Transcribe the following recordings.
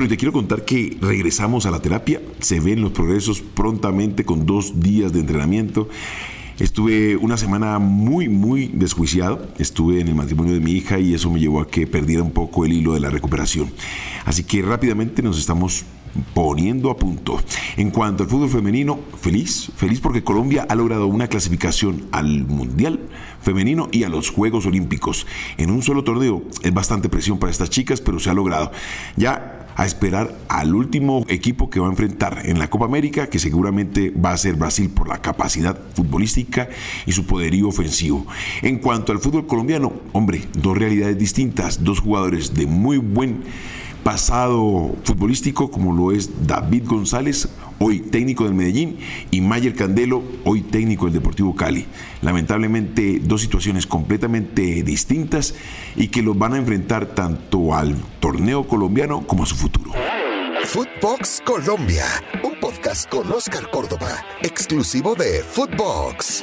Bueno, te quiero contar que regresamos a la terapia. Se ven los progresos prontamente con 2 días de entrenamiento. Estuve una semana muy desjuiciado. Estuve en el matrimonio de mi hija y eso me llevó a que perdiera un poco el hilo de la recuperación. Así que rápidamente nos estamos poniendo a punto. En cuanto al fútbol femenino, feliz porque Colombia ha logrado una clasificación al Mundial Femenino y a los Juegos Olímpicos. En un solo torneo es bastante presión para estas chicas, pero se ha logrado. Ya a esperar al último equipo que va a enfrentar en la Copa América, que seguramente va a ser Brasil por la capacidad futbolística y su poderío ofensivo. En cuanto al fútbol colombiano, hombre, 2 realidades distintas, 2 jugadores de muy buen pasado futbolístico, como lo es David González, hoy técnico del Medellín, y Mayer Candelo, hoy técnico del Deportivo Cali. Lamentablemente 2 situaciones completamente distintas y que los van a enfrentar tanto al torneo colombiano como a su futuro. Footbox Colombia, un podcast con Oscar Córdoba, exclusivo de Footbox.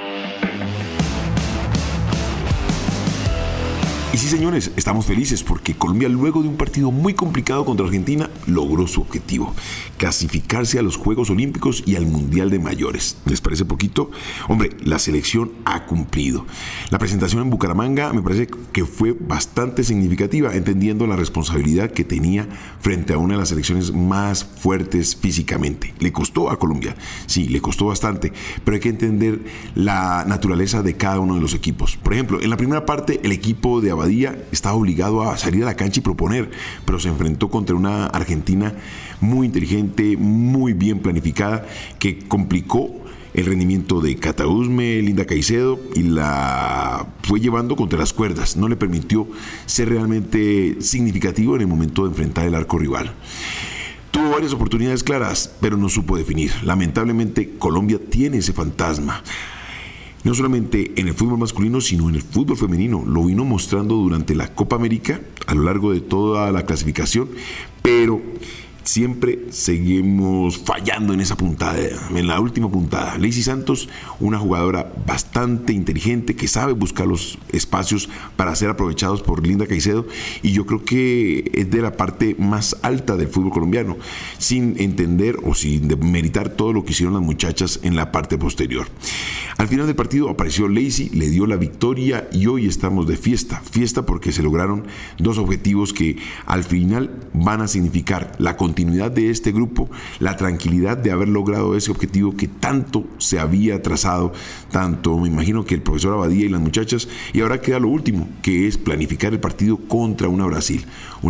Y sí, señores, estamos felices porque Colombia, luego de un partido muy complicado contra Argentina, logró su objetivo: clasificarse a los Juegos Olímpicos y al Mundial de Mayores. ¿Les parece poquito? Hombre, la selección ha cumplido. La presentación en Bucaramanga me parece que fue bastante significativa, entendiendo la responsabilidad que tenía frente a una de las selecciones más fuertes físicamente. Le costó a Colombia, sí, le costó bastante, pero hay que entender la naturaleza de cada uno de los equipos. Por ejemplo, en la primera parte, el equipo de Abadía estaba obligado a salir a la cancha y proponer, pero se enfrentó contra una Argentina muy inteligente, muy bien planificada, que complicó el rendimiento de Cata Usme, Linda Caicedo, y la fue llevando contra las cuerdas. No le permitió ser realmente significativo en el momento de enfrentar el arco rival. Tuvo varias oportunidades claras, pero no supo definir. Lamentablemente, Colombia tiene ese fantasma. No solamente en el fútbol masculino, sino en el fútbol femenino. Lo vino mostrando durante la Copa América a lo largo de toda la clasificación, pero siempre seguimos fallando en esa puntada, en la última puntada. Lacey Santos, una jugadora bastante inteligente que sabe buscar los espacios para ser aprovechados por Linda Caicedo, y yo creo que es de la parte más alta del fútbol colombiano, sin entender o sin demeritar todo lo que hicieron las muchachas en la parte posterior. Al final del partido apareció Lacey, le dio la victoria y hoy estamos de fiesta porque se lograron 2 objetivos que al final van a significar la continuidad de este grupo, la tranquilidad de haber logrado ese objetivo que tanto se había trazado, tanto me imagino que el profesor Abadía y las muchachas, y ahora queda lo último, que es planificar el partido contra una Brasil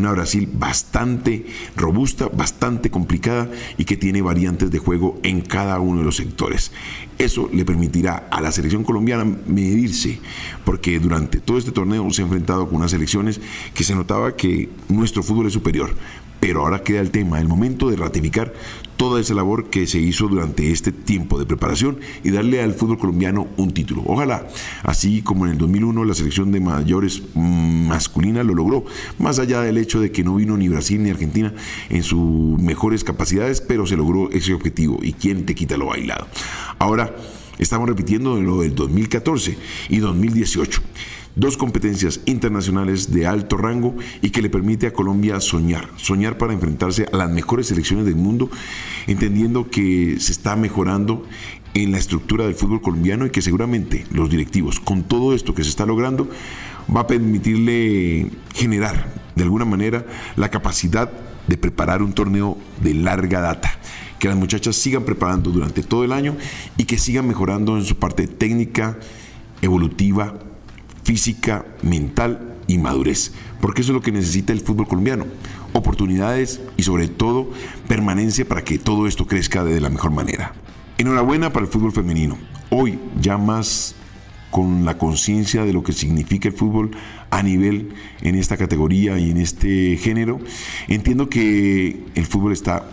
bastante robusta, bastante complicada y que tiene variantes de juego en cada uno de los sectores. Eso le permitirá a la selección colombiana medirse, porque durante todo este torneo se ha enfrentado con unas selecciones que se notaba que nuestro fútbol es superior. Pero ahora queda el momento de ratificar toda esa labor que se hizo durante este tiempo de preparación y darle al fútbol colombiano un título. Ojalá, así como en el 2001 la selección de mayores masculina lo logró, más allá del hecho de que no vino ni Brasil ni Argentina en sus mejores capacidades, pero se logró ese objetivo. ¿Y quién te quita lo bailado? Ahora estamos repitiendo lo del 2014 y 2018. 2 competencias internacionales de alto rango y que le permite a Colombia soñar para enfrentarse a las mejores selecciones del mundo, entendiendo que se está mejorando en la estructura del fútbol colombiano y que seguramente los directivos, con todo esto que se está logrando, va a permitirle generar de alguna manera la capacidad de preparar un torneo de larga data, que las muchachas sigan preparando durante todo el año y que sigan mejorando en su parte técnica, evolutiva, física, mental y madurez, porque eso es lo que necesita el fútbol colombiano: oportunidades y sobre todo permanencia para que todo esto crezca de la mejor manera. Enhorabuena para el fútbol femenino. Hoy ya más con la conciencia de lo que significa el fútbol a nivel en esta categoría y en este género, entiendo que el fútbol está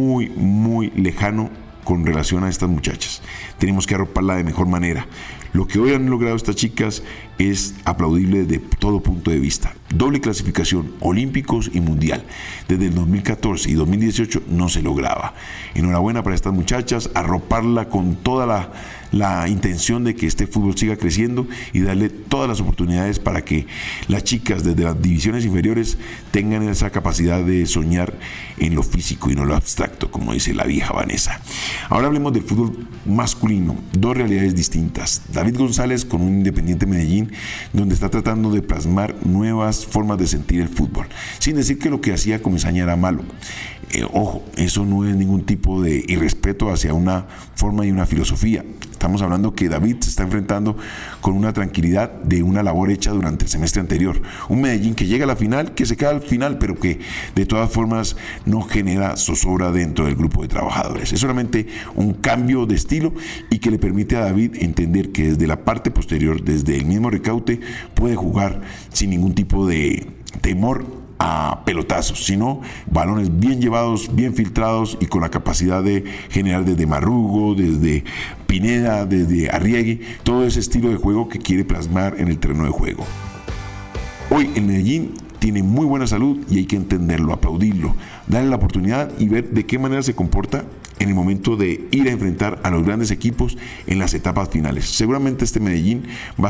muy lejano con relación a estas muchachas. Tenemos que arroparla de mejor manera. Lo que hoy han logrado estas chicas es aplaudible desde todo punto de vista. Doble clasificación, olímpicos y mundial. Desde el 2014 y 2018 no se lograba. Enhorabuena para estas muchachas, arroparla con toda la intención de que este fútbol siga creciendo y darle todas las oportunidades para que las chicas desde las divisiones inferiores tengan esa capacidad de soñar en lo físico y no lo abstracto, como dice la vieja Vanessa. Ahora hablemos del fútbol masculino, dos realidades distintas. David González con un Independiente Medellín, donde está tratando de plasmar nuevas formas de sentir el fútbol, sin decir que lo que hacía Comesaña era malo. Ojo, eso no es ningún tipo de irrespeto hacia una forma y una filosofía. Estamos hablando que David se está enfrentando con una tranquilidad de una labor hecha durante el semestre anterior. Un Medellín que llega a la final, que se queda al final, pero que de todas formas no genera zozobra dentro del grupo de trabajadores. Es solamente un cambio de estilo y que le permite a David entender que desde la parte posterior, desde el mismo recaute, puede jugar sin ningún tipo de temor a pelotazos, sino balones bien llevados, bien filtrados y con la capacidad de generar desde Marrugo, desde Pineda, desde Arriegui, todo ese estilo de juego que quiere plasmar en el terreno de juego. Hoy el Medellín tiene muy buena salud y hay que entenderlo, aplaudirlo, darle la oportunidad y ver de qué manera se comporta en el momento de ir a enfrentar a los grandes equipos en las etapas finales. Seguramente este Medellín va a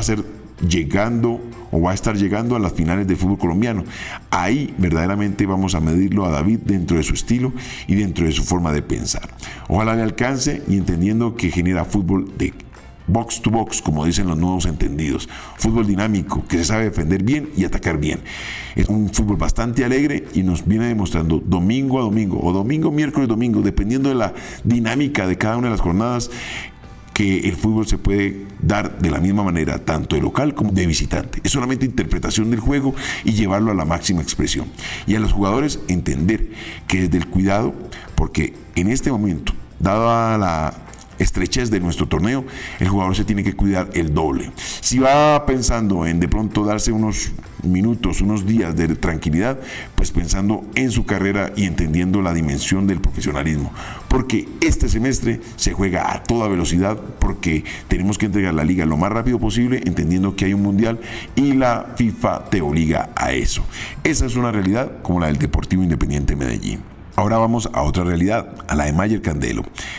estar llegando a las finales del fútbol colombiano. Ahí verdaderamente vamos a medirlo a David dentro de su estilo y dentro de su forma de pensar. Ojalá le alcance y entendiendo que genera fútbol de box to box, como dicen los nuevos entendidos. Fútbol dinámico, que se sabe defender bien y atacar bien. Es un fútbol bastante alegre y nos viene demostrando domingo a domingo, o domingo, miércoles, domingo, dependiendo de la dinámica de cada una de las jornadas, que el fútbol se puede dar de la misma manera, tanto de local como de visitante. Es solamente interpretación del juego y llevarlo a la máxima expresión. Y a los jugadores entender que desde el cuidado, porque en este momento, dada la estrechez de nuestro torneo, el jugador se tiene que cuidar el doble. Si va pensando en de pronto darse unos minutos, unos días de tranquilidad, pues pensando en su carrera y entendiendo la dimensión del profesionalismo, porque este semestre se juega a toda velocidad, porque tenemos que entregar la liga lo más rápido posible, entendiendo que hay un mundial y la FIFA te obliga a eso. Esa es una realidad como la del Deportivo Independiente Medellín. Ahora vamos a otra realidad, a la de Mayer Candelo.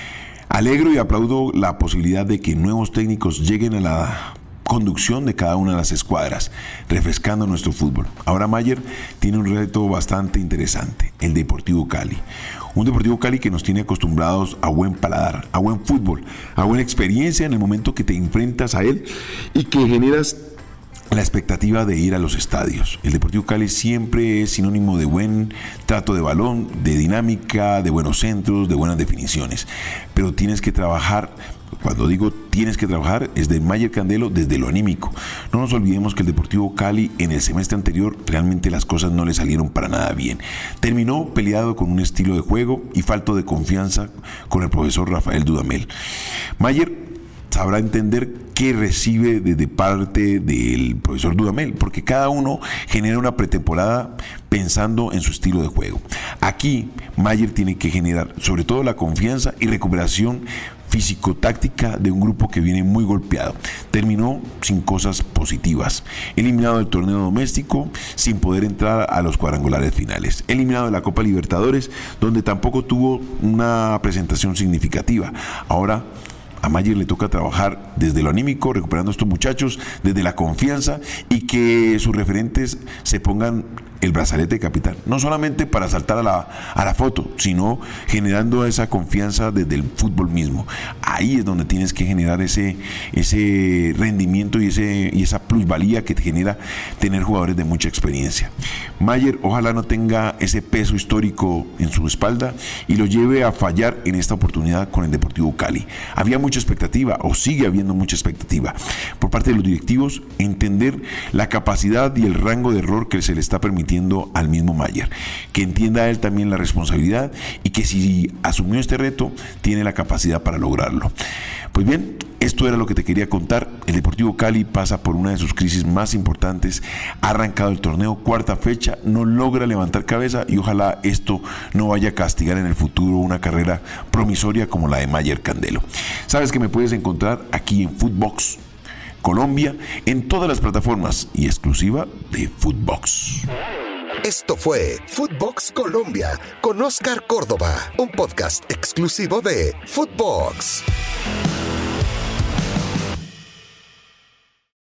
Alegro y aplaudo la posibilidad de que nuevos técnicos lleguen a la conducción de cada una de las escuadras, refrescando nuestro fútbol. Ahora Mayer tiene un reto bastante interesante, el Deportivo Cali. Un Deportivo Cali que nos tiene acostumbrados a buen paladar, a buen fútbol, a buena experiencia en el momento que te enfrentas a él y que generas la expectativa de ir a los estadios. El Deportivo Cali siempre es sinónimo de buen trato de balón, de dinámica, de buenos centros, de buenas definiciones. Pero tienes que trabajar, cuando digo tienes que trabajar, es de Mayer Candelo desde lo anímico. No nos olvidemos que el Deportivo Cali en el semestre anterior realmente las cosas no le salieron para nada bien. Terminó peleado con un estilo de juego y falto de confianza con el profesor Rafael Dudamel. Mayer sabrá entender qué recibe desde parte del profesor Dudamel, porque cada uno genera una pretemporada pensando en su estilo de juego. Aquí Mayer tiene que generar sobre todo la confianza y recuperación físico-táctica de un grupo que viene muy golpeado. Terminó sin cosas positivas. Eliminado del torneo doméstico, sin poder entrar a los cuadrangulares finales. Eliminado de la Copa Libertadores, donde tampoco tuvo una presentación significativa. Ahora a Mayer le toca trabajar desde lo anímico, recuperando a estos muchachos, desde la confianza y que sus referentes se pongan el brazalete de capitán, no solamente para saltar a la foto, sino generando esa confianza desde el fútbol mismo. Ahí es donde tienes que generar ese rendimiento y esa plusvalía que te genera tener jugadores de mucha experiencia. Mayer ojalá no tenga ese peso histórico en su espalda y lo lleve a fallar en esta oportunidad con el Deportivo Cali. Había mucha expectativa, o sigue habiendo mucha expectativa por parte de los directivos, entender la capacidad y el rango de error que se le está permitiendo al mismo Mayer, que entienda él también la responsabilidad y que si asumió este reto tiene la capacidad para lograrlo. Pues bien, esto era lo que te quería contar. El Deportivo Cali pasa por una de sus crisis más importantes, ha arrancado el torneo, cuarta fecha, no logra levantar cabeza y ojalá esto no vaya a castigar en el futuro una carrera promisoria como la de Mayer Candelo. Sabes que me puedes encontrar aquí en Footbox Colombia, en todas las plataformas y exclusiva de Footbox. Esto fue Footbox Colombia con Oscar Córdoba, un podcast exclusivo de Footbox.